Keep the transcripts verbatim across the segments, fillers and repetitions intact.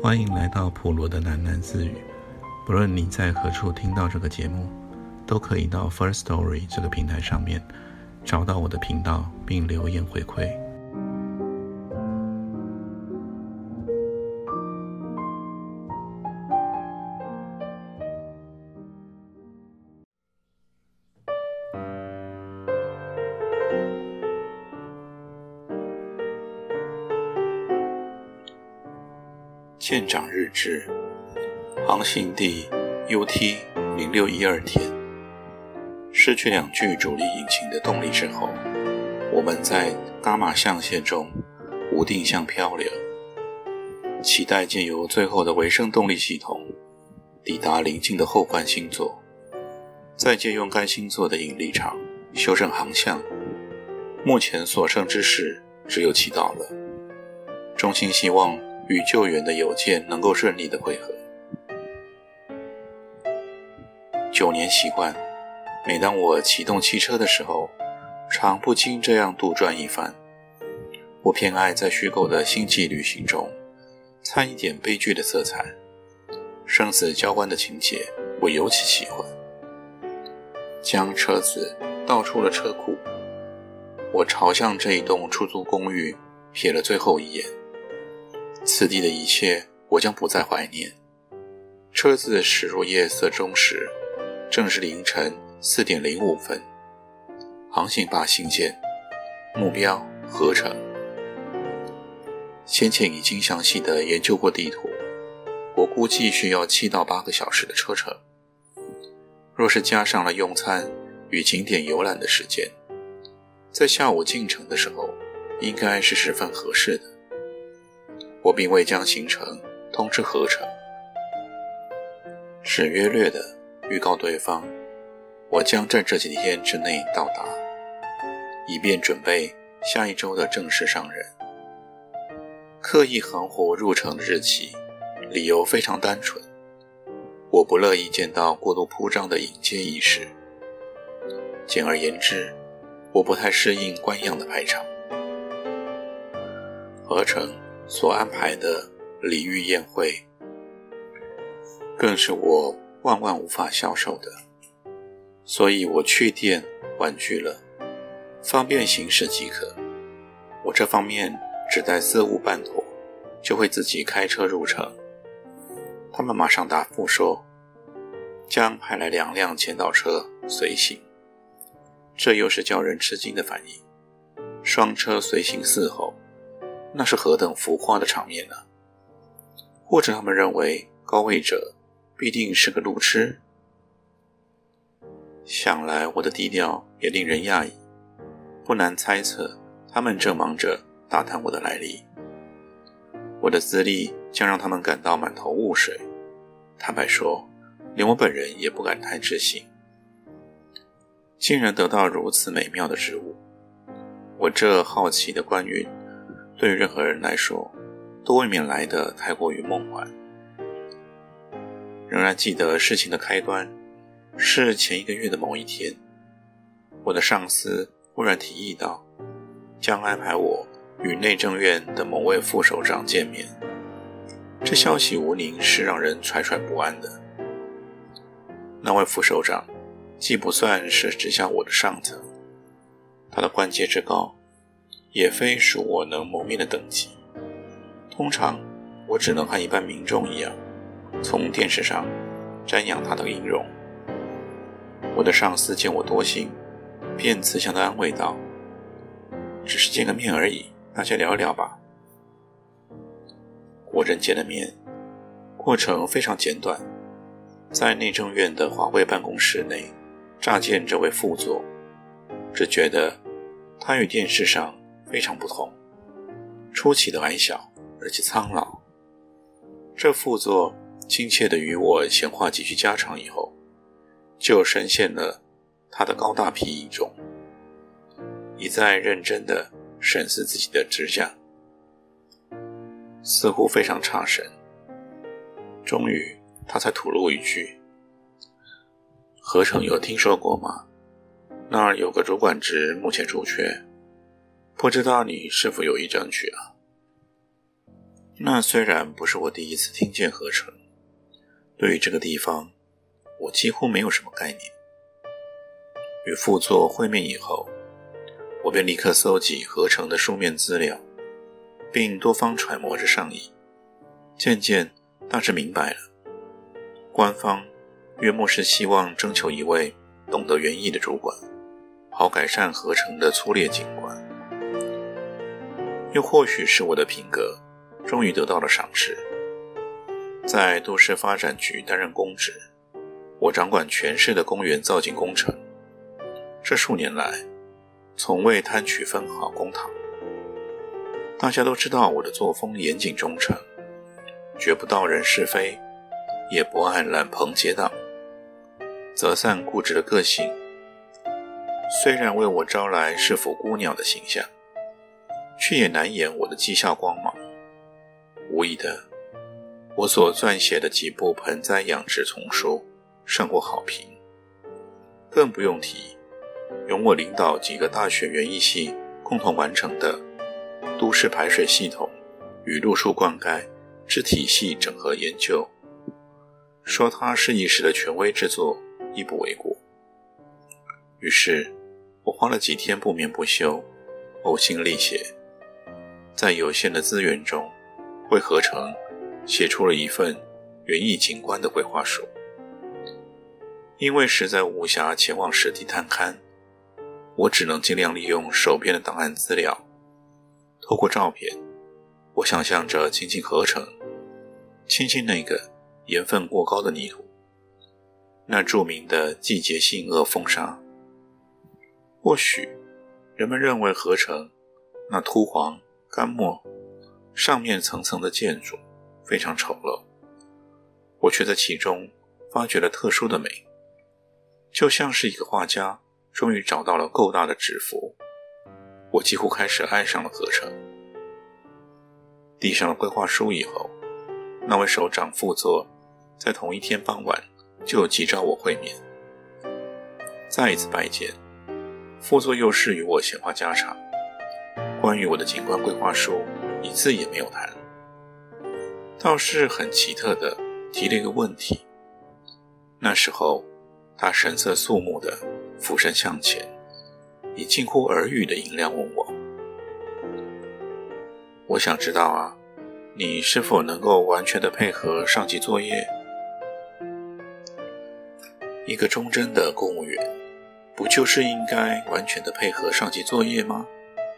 欢迎来到普罗的喃喃自语。不论你在何处听到这个节目，都可以到 First Story 这个平台上面找到我的频道并留言回馈。舰长日志，航行第 U T 零六一二 天，失去两具主力引擎的动力之后，我们在伽马象限中无定向漂流，期待借由最后的微生动力系统抵达邻近的后冠星座，再借用该星座的引力场修正航向。目前所剩之事只有祈祷了，衷心希望与救援的邮件能够顺利的汇合。九年习惯，每当我启动汽车的时候，常不禁这样杜撰一番。我偏爱在虚构的星际旅行中掺一点悲剧的色彩，生死交关的情节我尤其喜欢。将车子倒出了车库，我朝向这一栋出租公寓瞥了最后一眼。此地的一切我将不再怀念。车子驶入夜色中时，正是凌晨四点零五分。航行吧信件，目标合成。先前已经详细的研究过地图，我估计需要七到八个小时的车程。若是加上了用餐与景点游览的时间，在下午进城的时候应该是十分合适的。我并未将行程通知合成，只约略地预告对方我将在这几天之内到达，以便准备下一周的正式上任。刻意含糊入城的日期，理由非常单纯，我不乐意见到过度铺张的迎接仪式。简而言之，我不太适应官样的排场。合成所安排的礼遇宴会，更是我万万无法消受的，所以我去店婉拒了，方便行事即可。我这方面只待事务办妥，就会自己开车入城。他们马上答复说，将派来两辆前导车随行。这又是叫人吃惊的反应，双车随行伺候，那是何等浮夸的场面呢？或者他们认为高位者必定是个路痴？想来我的低调也令人讶异，不难猜测他们正忙着打探我的来历。我的资历将让他们感到满头雾水，坦白说，连我本人也不敢太置信。竟然得到如此美妙的职务，我这好奇的官运对于任何人来说都未免来得太过于梦幻。仍然记得事情的开端是前一个月的某一天，我的上司忽然提议到，将安排我与内政院的某位副首长见面。这消息无宁是让人惴惴不安的。那位副首长既不算是直辖我的上层，他的官阶之高也非属我能谋面的等级。通常我只能和一般民众一样，从电视上瞻仰他的音容。我的上司见我多心，便慈祥地安慰道，只是见个面而已，大家聊一聊吧。果真见了面，过程非常简短。在内政院的华贵办公室内乍见这位副座，只觉得他与电视上非常不同，出奇的矮小而且苍老。这副座亲切地与我闲话几句家常以后，就深陷了他的高大皮影中，一再认真地审视自己的指甲，似乎非常差神。终于他才吐露一句，合成有听说过吗？那儿有个主管职目前出缺，不知道你是否有意争取啊？ 那虽然不是我第一次听见合成，对于这个地方，我几乎没有什么概念。与副座会面以后，我便立刻搜集合成的书面资料，并多方揣摩着上意，渐渐大致明白了。官方约莫是希望征求一位懂得园艺的主管，好改善合成的粗劣景观。又或许是我的品格终于得到了赏识，在都市发展局担任公职，我掌管全市的公园造景工程。这数年来，从未贪取分毫公帑。大家都知道我的作风严谨忠诚，绝不道人是非，也不爱揽朋结党，择善固执的个性，虽然为我招来是否孤鸟的形象，却也难掩我的绩效光芒。无疑的，我所撰写的几部盆栽养殖丛书甚获好评，更不用提由我领导几个大学园艺系共同完成的都市排水系统与路树灌溉之体系整合研究，说它是一时的权威之作亦不为过。于是我花了几天不眠不休，呕心沥血，在有限的资源中为合成写出了一份园艺景观的规划书。因为实在无暇前往实地探勘，我只能尽量利用手边的档案资料，透过照片，我想象着轻轻合成，清清那个盐分过高的泥土，那著名的季节性恶风沙。或许人们认为合成那秃黄干没上面层层的建筑非常丑陋，我却在其中发掘了特殊的美，就像是一个画家终于找到了够大的纸幅。我几乎开始爱上了合成。递上了规划书以后，那位首长副座在同一天傍晚就急召我会面。再一次拜见，副座又是与我闲话家常，关于我的景观规划书一字也没有谈，倒是很奇特的提了一个问题。那时候他神色肃穆地俯身向前，以近乎耳语的音量问我：我想知道啊，你是否能够完全的配合上级作业？一个忠贞的公务员，不就是应该完全的配合上级作业吗？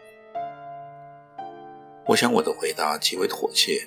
我想我的回答极为妥切，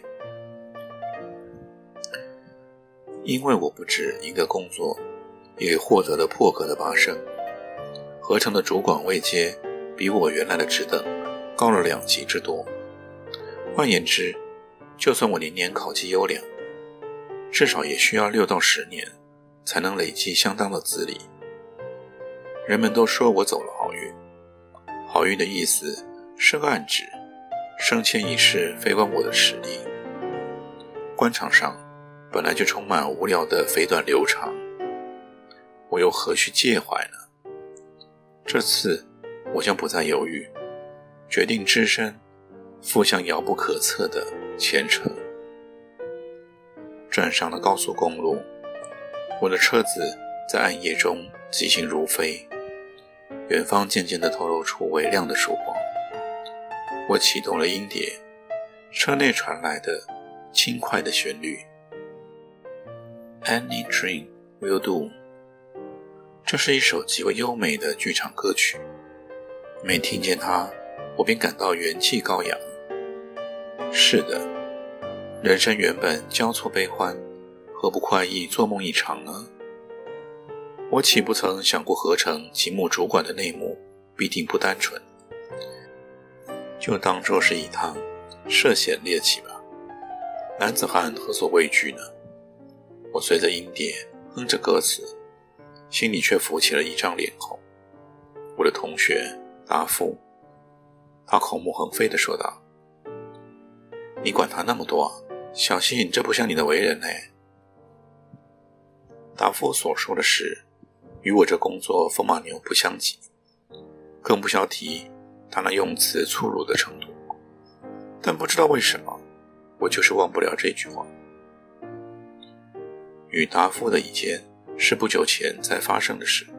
因为我不止一个工作也获得了破格的拔升，合成的主管位阶比我原来的职等高了两级之多。换言之，就算我年年考绩优良，至少也需要六到十年才能累积相当的资历。人们都说我走了好运，好运的意思是暗指升迁一事非关我的实力。官场上本来就充满无聊的肥短流长，我又何须介怀呢？这次我将不再犹豫，决定只身赴向遥不可测的前程。转上了高速公路，我的车子在暗夜中疾行如飞，远方渐渐地透露出微亮的曙光。我启动了音碟，车内传来的轻快的旋律 Any Dream Will Do， 这是一首极为优美的剧场歌曲，每听见它，我便感到元气高扬。是的，人生原本交错悲欢，何不快意做梦一场呢？我岂不曾想过合成极目主管的内幕必定不单纯，就当作是一趟涉险猎奇吧。男子汉何所畏惧呢？我随着音碟哼着歌词，心里却浮起了一张脸孔。我的同学达夫，他口沫横飞地说道：你管他那么多，小心这不像你的为人嘞。达夫所说的事与我这工作风马牛不相及，更不消提他那用词粗鲁的程度。但不知道为什么， 我就是忘不了这句话。与达夫的一件是不久前才发生的事。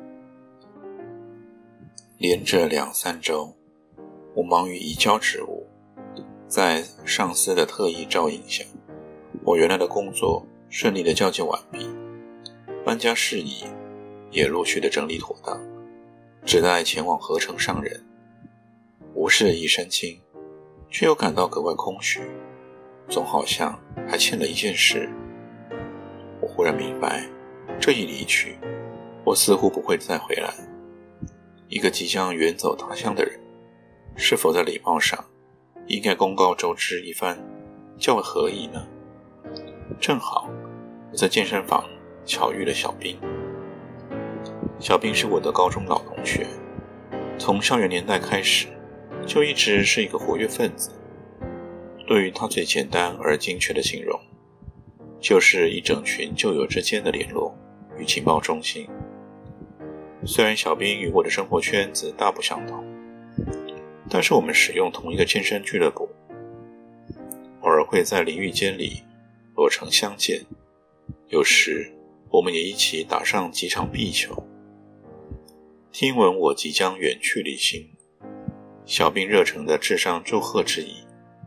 连着两三周，我忙于移交职务，在上司的特意照应下，我原来的工作顺利地交接完毕，搬家事宜也陆续地整理妥当，只待前往河城上任。无事一身轻，却又感到格外空虚，总好像还欠了一件事。我忽然明白，这一离去，我似乎不会再回来。一个即将远走他乡的人，是否在礼貌上应该公告周知一番，较为合宜呢？正好我在健身房巧遇了小兵。小兵是我的高中老同学，从校园年代开始就一直是一个活跃分子。对于他最简单而精确的形容，就是一整群旧友之间的联络与情报中心。虽然小兵与我的生活圈子大不相同，但是我们使用同一个健身俱乐部，偶尔会在淋浴间里裸成相见，有时我们也一起打上几场壁球。听闻我即将远去旅行，小兵热诚地致上祝贺之意。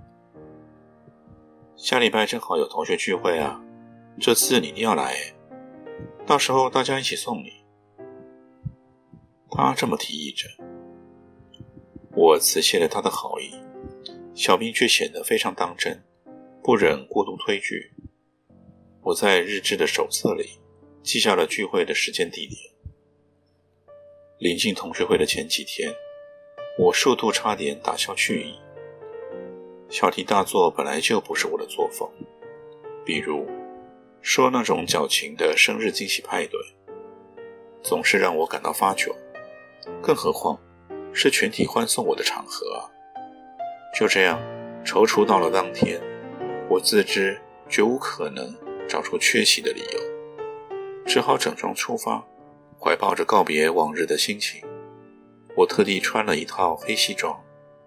下礼拜正好有同学聚会啊，这次你一定要来耶，到时候大家一起送你。他这么提议着，我辞谢了他的好意，小兵却显得非常当真，不忍过度推拒。我在日志的手册里记下了聚会的时间地点。临近同学会的前几天，我数度差点打消去意。小题大做本来就不是我的作风，比如说那种矫情的生日惊喜派对，总是让我感到发窘，更何况是全体欢送我的场合啊。就这样踌躇到了当天，我自知绝无可能找出缺席的理由，只好整装出发，怀抱着告别往日的心情。我特地穿了一套黑西装，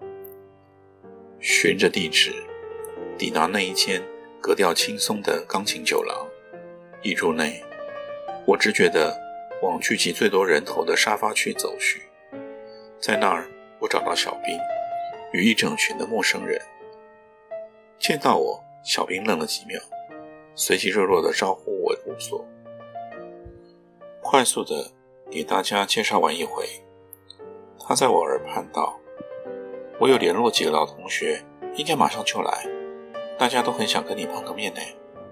循着地址抵达那一间格调轻松的钢琴酒廊。一入内，我只觉得往聚集最多人头的沙发区走去，在那儿我找到小兵与一整群的陌生人。见到我，小兵愣了几秒，随即热络地招呼我入座。快速地给大家介绍完一回，他在我耳畔道：我有联络几个老同学，应该马上就来，大家都很想跟你碰个面呢。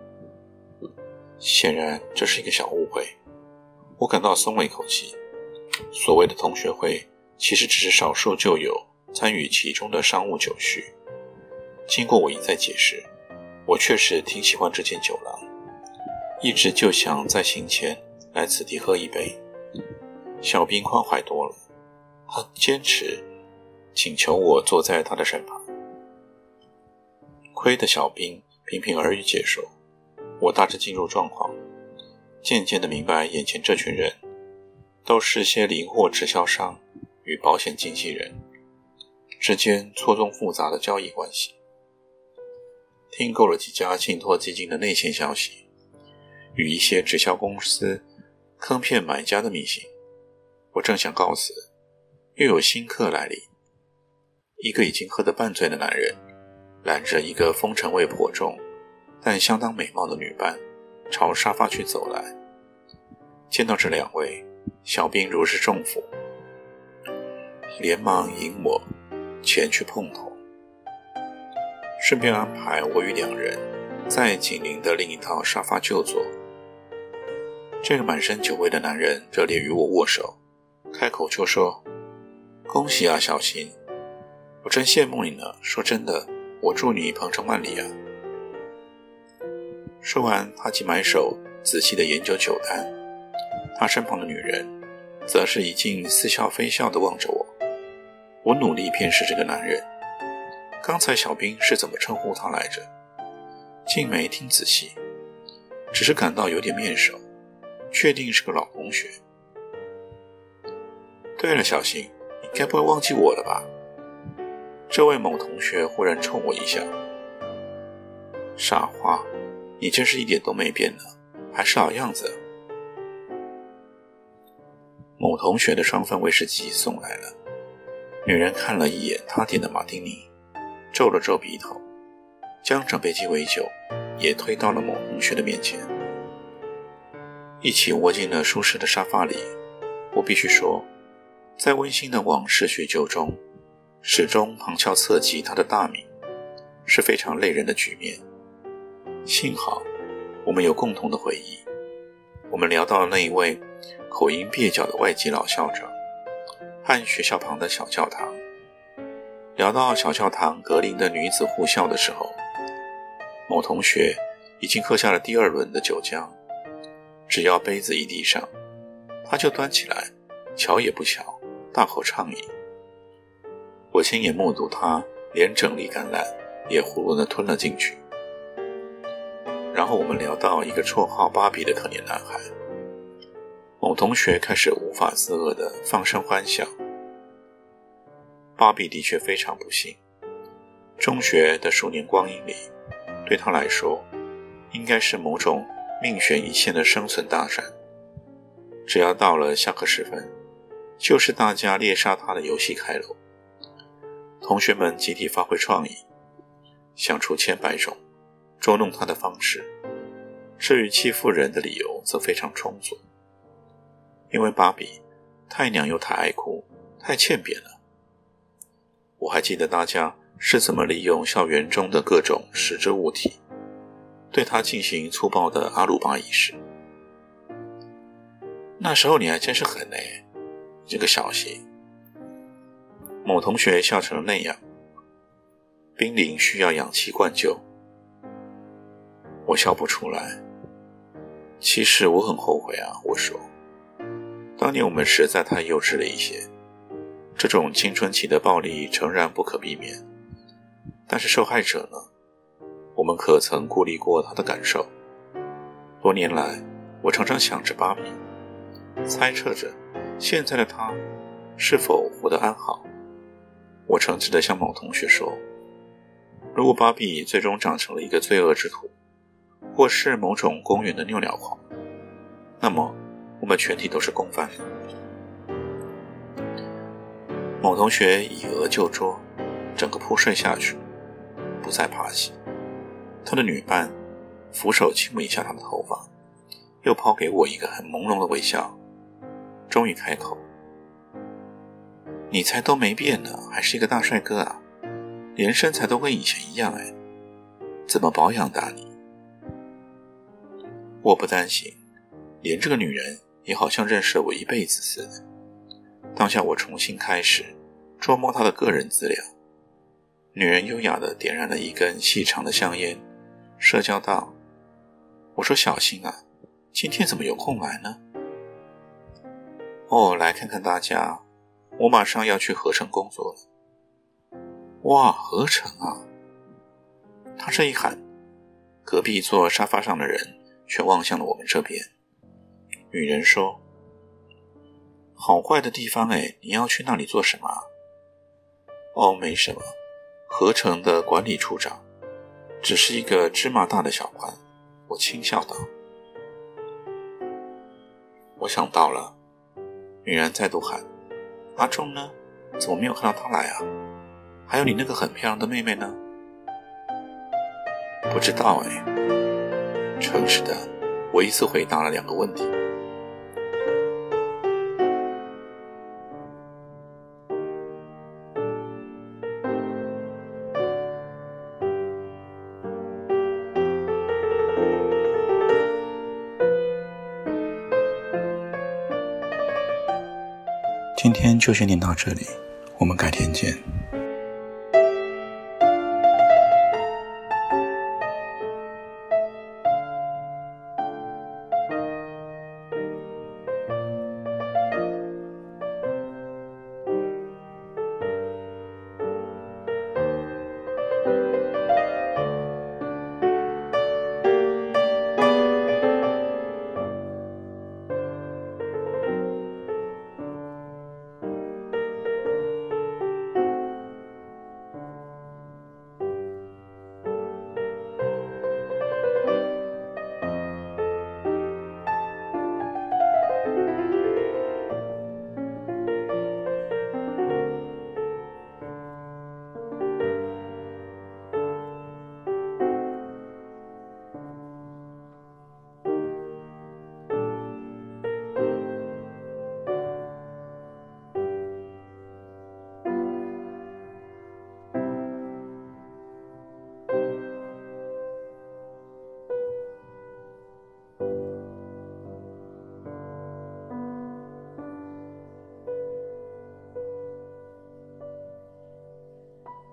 显然这是一个小误会，我感到松了一口气。所谓的同学会其实只是少数旧友参与其中的商务酒叙。经过我一再解释，我确实挺喜欢这间酒廊，一直就想在行前来此地喝一杯。小兵宽怀多了，他坚持请求我坐在他的身旁。亏得小兵频频耳语解说，我大致进入状况，渐渐地明白眼前这群人都是些零货直销商与保险经纪人之间错综复杂的交易关系。听够了几家信托基金的内线消息与一些直销公司坑骗买家的秘辛，我正想告辞，又有新客来临。一个已经喝得半醉的男人揽着一个风尘味颇重但相当美貌的女伴朝沙发区走来。见到这两位，小兵如释重负，连忙引我前去碰头，顺便安排我与两人在紧邻的另一套沙发就坐。这个满身酒味的男人热烈与我握手，开口就说：恭喜啊小新，我真羡慕你呢，说真的，我祝你鹏程万里啊。说完，他即埋手仔细地研究酒单，他身旁的女人则是一尽似笑非笑地望着我。我努力辨识这个男人，刚才小兵是怎么称呼他来着？竟没听仔细，只是感到有点面熟，确定是个老同学。对了，小新，你该不会忘记我了吧？这位某同学忽然冲我一笑。 傻花，你真是一点都没变呢，还是老样子。某同学的双份威士忌送来了，女人看了一眼她点的马丁尼，皱了皱鼻头，将整杯鸡尾酒也推到了某同学的面前。一起窝进了舒适的沙发里，我必须说，在温馨的往事叙旧中，始终旁敲侧击他的大名，是非常累人的局面。幸好我们有共同的回忆，我们聊到了那一位口音蹩脚的外籍老校长和学校旁的小教堂。聊到小教堂格林的女子护校的时候，某同学已经喝下了第二轮的酒浆，只要杯子一递上，他就端起来，瞧也不瞧，大口畅饮。我亲眼目睹他连整粒橄榄也囫囵地吞了进去。然后我们聊到一个绰号芭比的可怜男孩，某同学开始无法自遏地放声欢笑。芭比的确非常不幸，中学的数年光阴里，对他来说应该是某种命悬一线的生存大战。只要到了下课时分，就是大家猎杀他的游戏开喽。同学们集体发挥创意，想出千百种捉弄他的方式。至于欺负人的理由则非常充足，因为芭比太娘又太爱哭，太欠扁了。我还记得大家是怎么利用校园中的各种实质物体对他进行粗暴的阿鲁巴仪式。那时候你还真是狠欸，这个小心。某同学笑成了那样，濒临需要氧气灌救。我笑不出来。其实我很后悔啊，我说，当年我们实在太幼稚了一些，这种青春期的暴力诚然不可避免，但是受害者呢？我们可曾顾虑过他的感受？多年来，我常常想着芭比，猜测着现在的他是否活得安好。我诚挚地向某同学说，如果芭比最终长成了一个罪恶之徒，或是某种公园的遛鸟狂，那么我们全体都是共犯。某同学以额就桌，整个扑睡下去，不再爬起。他的女伴扶手亲吻一下他的头发，又抛给我一个很朦胧的微笑，终于开口，你才都没变呢，还是一个大帅哥啊，连身材都跟以前一样哎，怎么保养的啊你？我不担心，连这个女人也好像认识了我一辈子似的。当下我重新开始捉摸她的个人资料。女人优雅地点燃了一根细长的香烟，社交道，我说小心啊，今天怎么有空来呢？哦，来看看大家，我马上要去合成工作了。哇，合成啊！她这一喊，隔壁坐沙发上的人却望向了我们这边。女人说，好坏的地方诶，你要去那里做什么啊？哦，没什么，合成的管理处长，只是一个芝麻大的小官。我轻笑道。我想到了，女人再度喊，阿忠呢？怎么没有看到他来啊？还有你那个很漂亮的妹妹呢？不知道诶。诚实的，我一次回答了两个问题。今天就先念到这里，我们改天见。